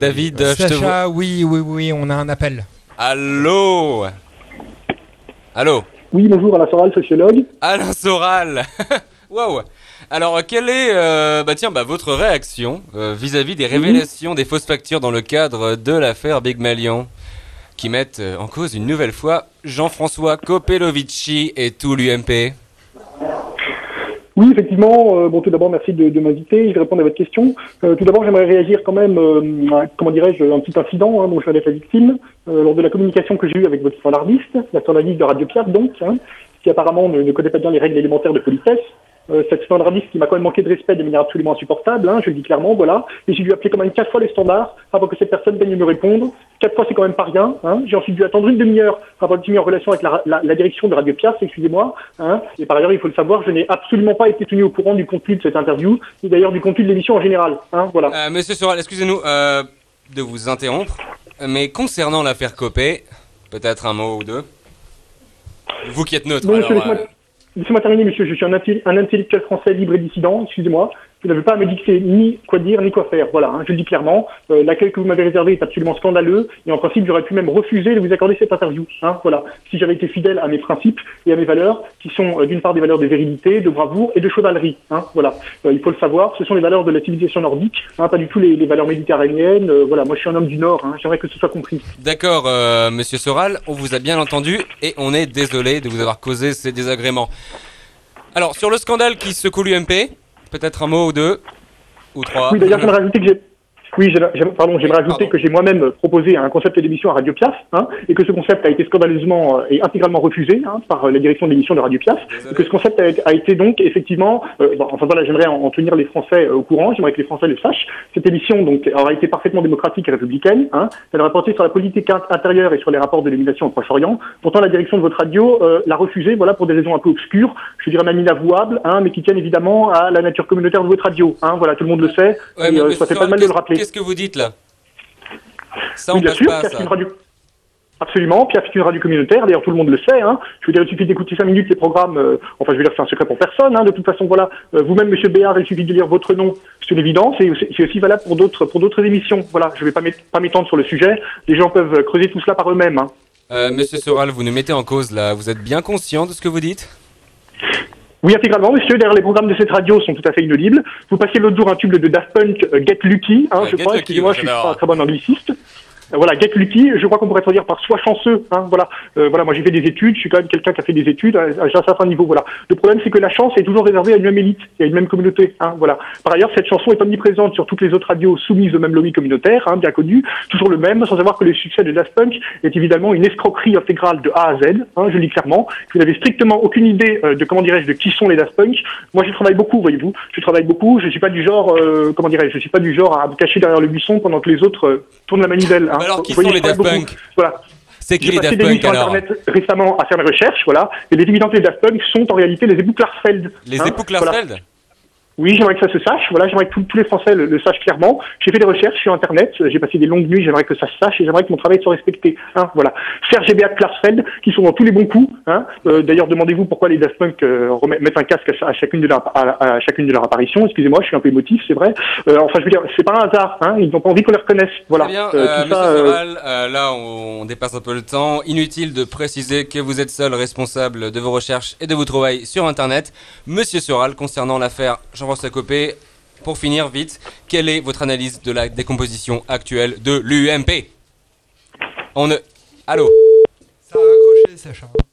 David, je te vois. Sacha, oui, on a un appel. Allô. Oui, bonjour, Alain Soral, sociologue. Alain Soral. Waouh. Alors, quelle est votre réaction vis-à-vis des révélations des fausses factures dans le cadre de l'affaire Big Malion, qui mettent en cause une nouvelle fois Jean-François Copelovici et tout l'UMP? Oui, effectivement, tout d'abord, merci de m'inviter, je vais répondre à votre question. Tout d'abord, j'aimerais réagir quand même, à, un petit incident dont je vais être la victime, lors de la communication que j'ai eue avec votre standardiste, la standardiste de Radio Pierre, donc, qui apparemment ne connaît pas bien les règles élémentaires de politesse. Cette standardiste qui m'a quand même manqué de respect de manière absolument insupportable, je le dis clairement, voilà. Et j'ai dû appeler quand même 4 fois les standards avant que cette personne daigne me répondre. 4 fois, c'est quand même pas rien, J'ai ensuite dû attendre une demi-heure avant de me mettre en relation avec la direction de Radio Piaf, excusez-moi, Et par ailleurs, il faut le savoir, je n'ai absolument pas été tenu au courant du contenu de cette interview, ni d'ailleurs du contenu de l'émission en général, voilà. Monsieur Soral, excusez-nous de vous interrompre, mais concernant l'affaire Copé, peut-être un mot ou deux. Vous qui êtes neutre, Non, alors... monsieur, laissez-moi terminer, monsieur. Je suis un intellectuel français libre et dissident, excusez-moi. Vous n'avez pas à me dicter ni quoi dire, ni quoi faire. Voilà, je le dis clairement. L'accueil que vous m'avez réservé est absolument scandaleux. Et en principe, j'aurais pu même refuser de vous accorder cette interview. Voilà. Si j'avais été fidèle à mes principes et à mes valeurs, qui sont d'une part des valeurs de virilité, de bravoure et de chevalerie. Voilà. Il faut le savoir, ce sont les valeurs de la civilisation nordique, pas du tout les valeurs méditerranéennes. Voilà, moi je suis un homme du Nord, j'aimerais que ce soit compris. D'accord, monsieur Soral, on vous a bien entendu et on est désolé de vous avoir causé ces désagréments. Alors, sur le scandale qui secoue l'UMP, peut-être un mot ou deux, ou trois. Oui, d'ailleurs, j'aimerais rajouter que j'ai moi-même proposé un concept d'émission à Radio Piaf, et que ce concept a été scandaleusement et intégralement refusé par la direction de l'émission de Radio Piaf, et que ce concept a été donc effectivement, j'aimerais en tenir les Français au courant, j'aimerais que les Français le sachent. Cette émission donc aura été parfaitement démocratique et républicaine, elle aura porté sur la politique intérieure et sur les rapports de l'émigration au Proche-Orient. Pourtant, la direction de votre radio l'a refusé, voilà, pour des raisons un peu obscures, je dirais même inavouables, mais qui tiennent évidemment à la nature communautaire de votre radio. Voilà, tout le monde le sait, ouais, et ça fait pas de mal de le rappeler. Qu'est-ce que vous dites là? Ça, oui, on bien passe sûr, pas, Piaf ça. est une radio. Absolument, Piaf est une radio communautaire, d'ailleurs tout le monde le sait. Je veux dire, il suffit d'écouter 5 minutes les programmes, c'est un secret pour personne, de toute façon, voilà. Vous-même, monsieur Béard, il suffit de lire votre nom, c'est une évidence, et c'est aussi valable pour d'autres émissions. Voilà, je vais pas m'étendre sur le sujet, les gens peuvent creuser tout cela par eux-mêmes. Monsieur Soral, vous nous mettez en cause là, vous êtes bien conscient de ce que vous dites? Oui, intégralement, monsieur. D'ailleurs, les programmes de cette radio sont tout à fait inaudibles. Vous passiez l'autre jour un tube de Daft Punk, Get Lucky, je crois. Excusez-moi, je suis pas un très bon angliciste. Voilà, Get Lucky, je crois qu'on pourrait traduire par Sois chanceux, voilà, moi j'ai fait des études, je suis quand même quelqu'un qui a fait des études à un certain niveau, voilà. Le problème, c'est que la chance est toujours réservée à une même élite et à une même communauté, voilà. Par ailleurs, cette chanson est omniprésente sur toutes les autres radios soumises au même lobby communautaire, bien connu, toujours le même, sans savoir que le succès de Daft Punk est évidemment une escroquerie intégrale de A à Z, je le dis clairement. Vous n'avez strictement aucune idée de qui sont les Daft Punk. Moi, je travaille beaucoup, voyez-vous. Je travaille beaucoup, je suis pas du genre, je suis pas du genre à me cacher derrière le buisson pendant que les autres tournent la manivelle, Alors, qui sont les Daft Punk? Voilà. C'est qui les Daft Punk, alors? J'ai passé des nuits sur Internet récemment à faire mes recherches, voilà. Et les évidents, les Daft Punk sont en réalité les époux Klarsfeld. Les époux Klarsfeld? Voilà. Oui, j'aimerais que ça se sache. Voilà, j'aimerais que tous les Français le sachent clairement. J'ai fait des recherches sur Internet, j'ai passé des longues nuits, j'aimerais que ça se sache et j'aimerais que mon travail soit respecté. Voilà. Serge et Beat Klarsfeld, qui sont dans tous les bons coups. D'ailleurs, demandez-vous pourquoi les Daft Punk mettent un casque à chacune de leurs apparitions. Excusez-moi, je suis un peu émotif, c'est vrai. Je veux dire, c'est pas un hasard. Ils n'ont pas envie qu'on les reconnaisse. Voilà. Très bien, monsieur Soral, là on dépasse un peu le temps. Inutile de préciser que vous êtes seul responsable de vos recherches et de vos trouvailles sur Internet. Monsieur Soral, concernant l'affaire Jean-François Copé, pour finir vite, quelle est votre analyse de la décomposition actuelle de l'UMP? Allô? Ça a raccroché, Sacha.